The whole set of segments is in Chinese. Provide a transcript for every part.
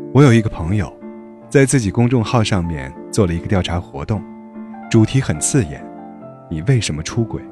我有一个朋友，在自己公众号上面做了一个调查活动，主题很刺眼，你为什么出轨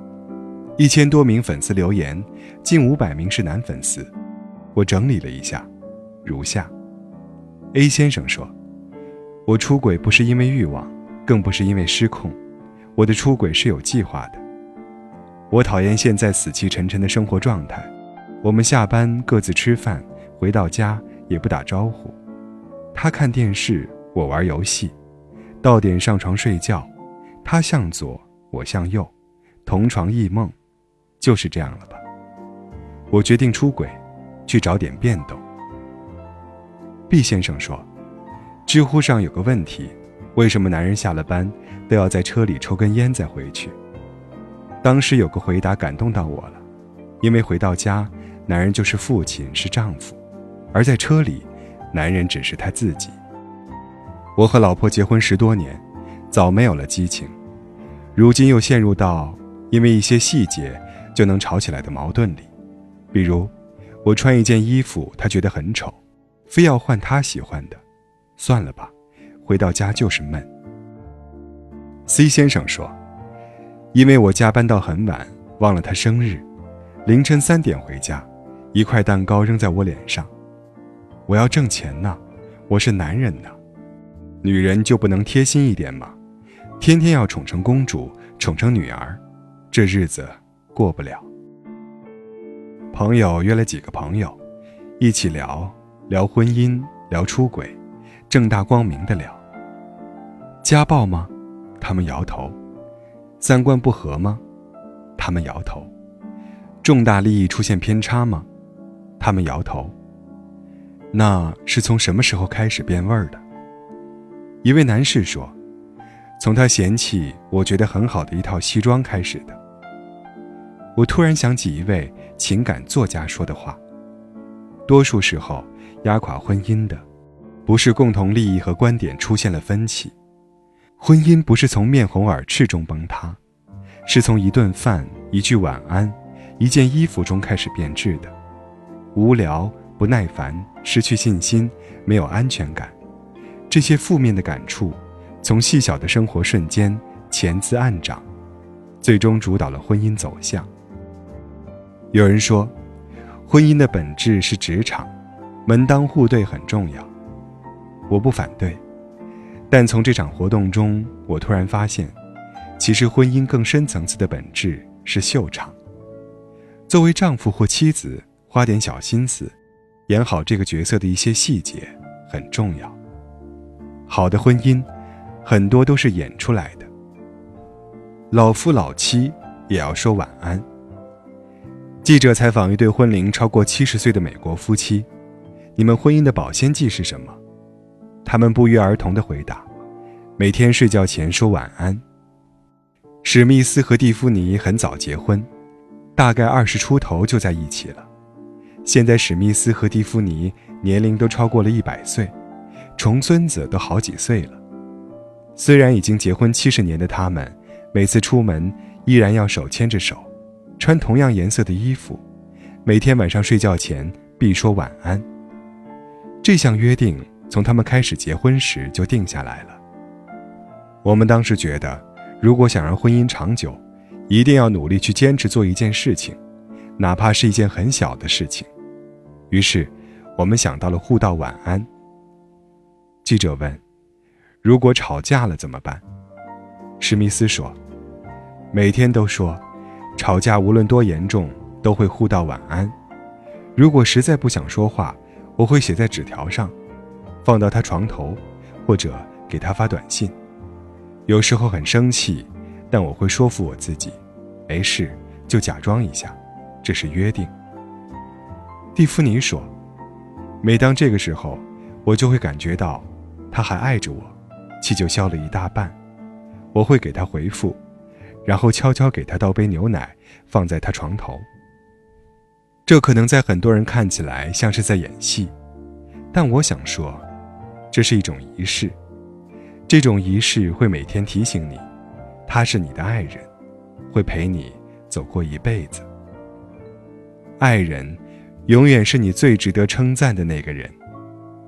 ？1000多名粉丝留言，近500名是男粉丝。我整理了一下，如下。A 先生说，我出轨不是因为欲望，更不是因为失控，我的出轨是有计划的。我讨厌现在死气沉沉的生活状态，我们下班各自吃饭，回到家也不打招呼。他看电视，我玩游戏，到点上床睡觉，他向左，我向右，同床异梦，就是这样了吧。我决定出轨，去找点变动。B 先生说，知乎上有个问题，为什么男人下了班都要在车里抽根烟再回去？当时有个回答感动到我了，因为回到家，男人就是父亲，是丈夫，而在车里，男人只是他自己。我和老婆结婚10多年，早没有了激情，如今又陷入到因为一些细节就能吵起来的矛盾里。比如我穿一件衣服，他觉得很丑，非要换他喜欢的，算了吧，回到家就是闷。C 先生说，因为我加班到很晚，忘了他生日，凌晨3点回家，1块蛋糕扔在我脸上。我要挣钱呢，我是男人呢，女人就不能贴心一点吗？天天要宠成公主，宠成女儿，这日子过不了。朋友约了几个朋友，一起聊婚姻，聊出轨，正大光明的聊。家暴吗？他们摇头。三观不合吗？他们摇头。重大利益出现偏差吗？他们摇头。那是从什么时候开始变味儿的？一位男士说，从他嫌弃我觉得很好的一套西装开始的。我突然想起一位情感作家说的话，多数时候压垮婚姻的不是共同利益和观点出现了分歧，婚姻不是从面红耳赤中崩塌，是从一顿饭，一句晚安，一件衣服中开始变质的。无聊，不耐烦，失去信心，没有安全感，这些负面的感触从细小的生活瞬间潜滋暗长，最终主导了婚姻走向。有人说，婚姻的本质是职场，门当户对很重要。我不反对，但从这场活动中，我突然发现，其实婚姻更深层次的本质是秀场。作为丈夫或妻子，花点小心思，演好这个角色的一些细节很重要。好的婚姻，很多都是演出来的。老夫老妻也要说晚安。记者采访一对婚龄超过70岁的美国夫妻，你们婚姻的保鲜剂是什么？他们不约而同地回答，每天睡觉前说晚安。史密斯和蒂芙尼很早结婚，大概20出头就在一起了。现在史密斯和蒂芙尼年龄都超过了100岁，重孙子都好几岁了。虽然已经结婚70年的他们，每次出门依然要手牵着手，穿同样颜色的衣服，每天晚上睡觉前必说晚安。这项约定从他们开始结婚时就定下来了。我们当时觉得，如果想让婚姻长久，一定要努力去坚持做一件事情，哪怕是一件很小的事情。于是我们想到了互道晚安。记者问，如果吵架了怎么办？史密斯说，每天都说，吵架无论多严重都会互道晚安。如果实在不想说话，我会写在纸条上，放到他床头，或者给他发短信。有时候很生气，但我会说服我自己，没事，就假装一下，这是约定。蒂芙尼说，每当这个时候，我就会感觉到他还爱着我，气就消了一大半。我会给他回复，然后悄悄给他倒杯牛奶，放在他床头。这可能在很多人看起来像是在演戏，但我想说，这是一种仪式。这种仪式会每天提醒你，他是你的爱人，会陪你走过一辈子。爱人永远是你最值得称赞的那个人。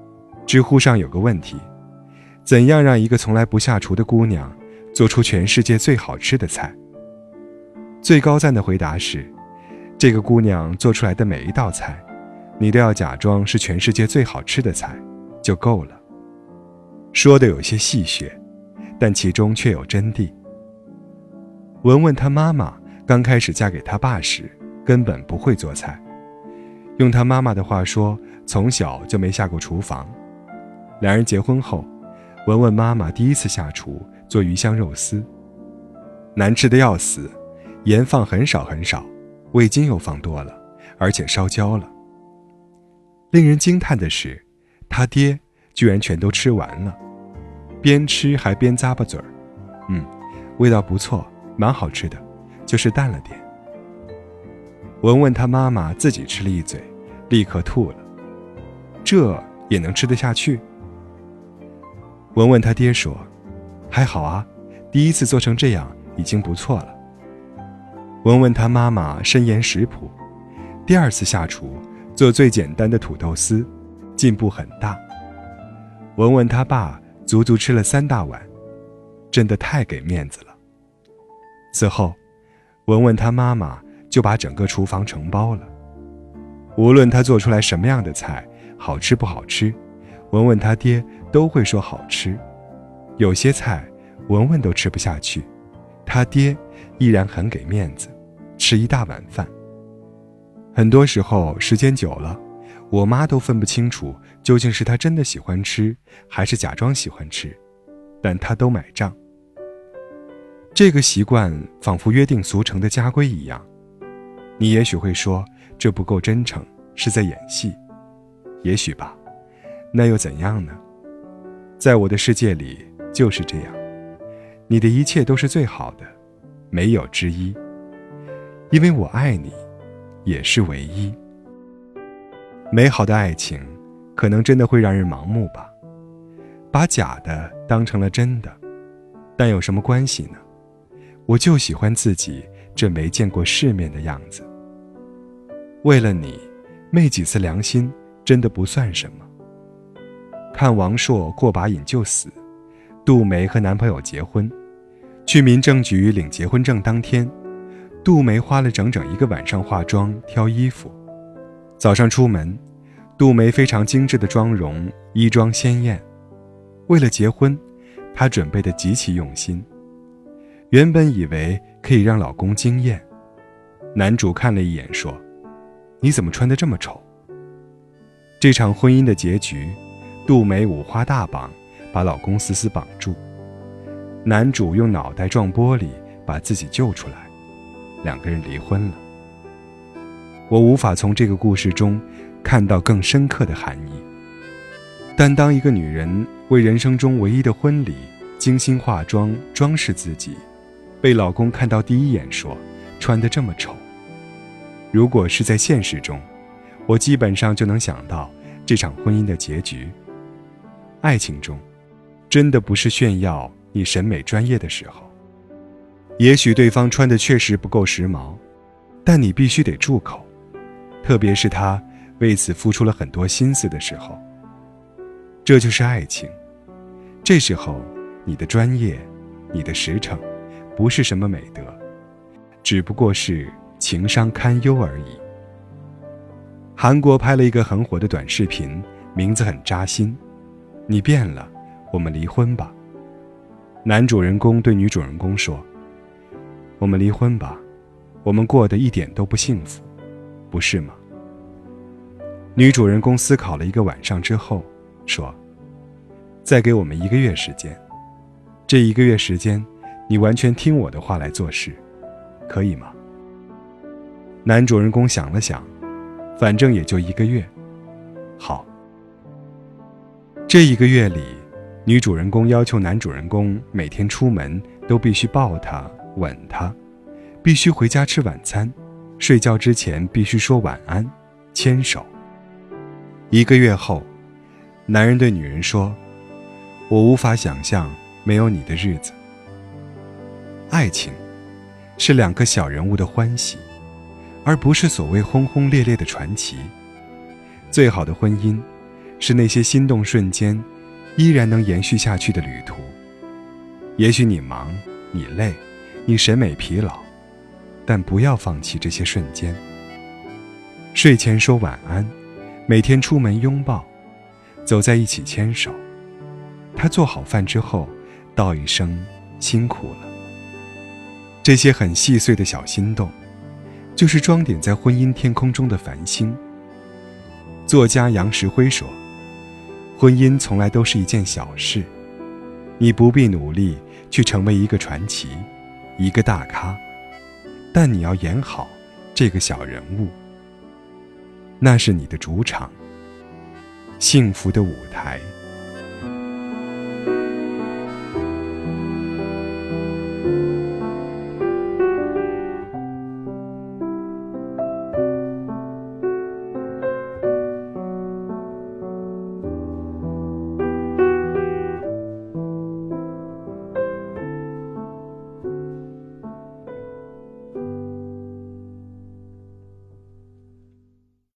知乎上有个问题：怎样让一个从来不下厨的姑娘做出全世界最好吃的菜？最高赞的回答是，这个姑娘做出来的每一道菜，你都要假装是全世界最好吃的菜，就够了。说的有些戏谑，但其中却有真谛。文文她妈妈刚开始嫁给她爸时，根本不会做菜。用她妈妈的话说，从小就没下过厨房。两人结婚后，文文妈妈第一次下厨做鱼香肉丝，难吃的要死，盐放很少很少，味精又放多了，而且烧焦了。令人惊叹的是，他爹居然全都吃完了，边吃还边咂巴嘴儿，味道不错，蛮好吃的，就是淡了点。文文他妈妈自己吃了一嘴，立刻吐了，这也能吃得下去？文文他爹说，还好啊，第一次做成这样已经不错了。文文他妈妈深研食谱，第二次下厨做最简单的土豆丝，进步很大。文文他爸足足吃了3大碗，真的太给面子了。此后，文文他妈妈就把整个厨房承包了。无论他做出来什么样的菜，好吃不好吃，文文他爹都会说好吃。有些菜文文都吃不下去，他爹依然很给面子，吃1大碗饭。很多时候时间久了，我妈都分不清楚究竟是她真的喜欢吃，还是假装喜欢吃，但她都买账。这个习惯仿佛约定俗成的家规一样。你也许会说，这不够真诚，是在演戏。也许吧，那又怎样呢？在我的世界里就是这样，你的一切都是最好的，没有之一，因为我爱你，也是唯一。美好的爱情可能真的会让人盲目吧，把假的当成了真的，但有什么关系呢？我就喜欢自己这没见过世面的样子。为了你，昧几次良心真的不算什么。看王朔过把瘾就死，杜梅和男朋友结婚，去民政局领结婚证当天，杜梅花了整整1个晚上化妆挑衣服。早上出门，杜梅非常精致的妆容，衣装鲜艳。为了结婚，她准备得极其用心。原本以为可以让老公惊艳，男主看了一眼说，你怎么穿得这么丑？这场婚姻的结局，杜梅五花大绑，把老公死死绑住。男主用脑袋撞玻璃把自己救出来，2个人离婚了。我无法从这个故事中看到更深刻的含义，但当一个女人为人生中唯一的婚礼精心化妆装饰自己，被老公看到第一眼说穿得这么丑，如果是在现实中，我基本上就能想到这场婚姻的结局。爱情中真的不是炫耀你审美专业的时候，也许对方穿的确实不够时髦，但你必须得住口，特别是他为此付出了很多心思的时候。这就是爱情，这时候你的专业，你的实诚不是什么美德，只不过是情商堪忧而已。韩国拍了一个很火的短视频，名字很扎心，你变了，我们离婚吧。男主人公对女主人公说，我们离婚吧，我们过得一点都不幸福，不是吗？女主人公思考了1个晚上之后说，再给我们1个月时间，这1个月时间你完全听我的话来做事，可以吗？男主人公想了想，反正也就1个月，好。这1个月里，女主人公要求男主人公每天出门都必须抱她吻她，必须回家吃晚餐，睡觉之前必须说晚安，牵手。1个月后，男人对女人说，我无法想象没有你的日子。爱情是2个小人物的欢喜，而不是所谓轰轰烈烈的传奇。最好的婚姻是那些心动瞬间依然能延续下去的旅途。也许你忙，你累，你审美疲劳，但不要放弃这些瞬间。睡前说晚安，每天出门拥抱，走在一起牵手。他做好饭之后道一声辛苦了。这些很细碎的小心动，就是装点在婚姻天空中的繁星。作家杨石辉说，婚姻从来都是一件小事，你不必努力去成为一个传奇，一个大咖，但你要演好这个小人物。那是你的主场，幸福的舞台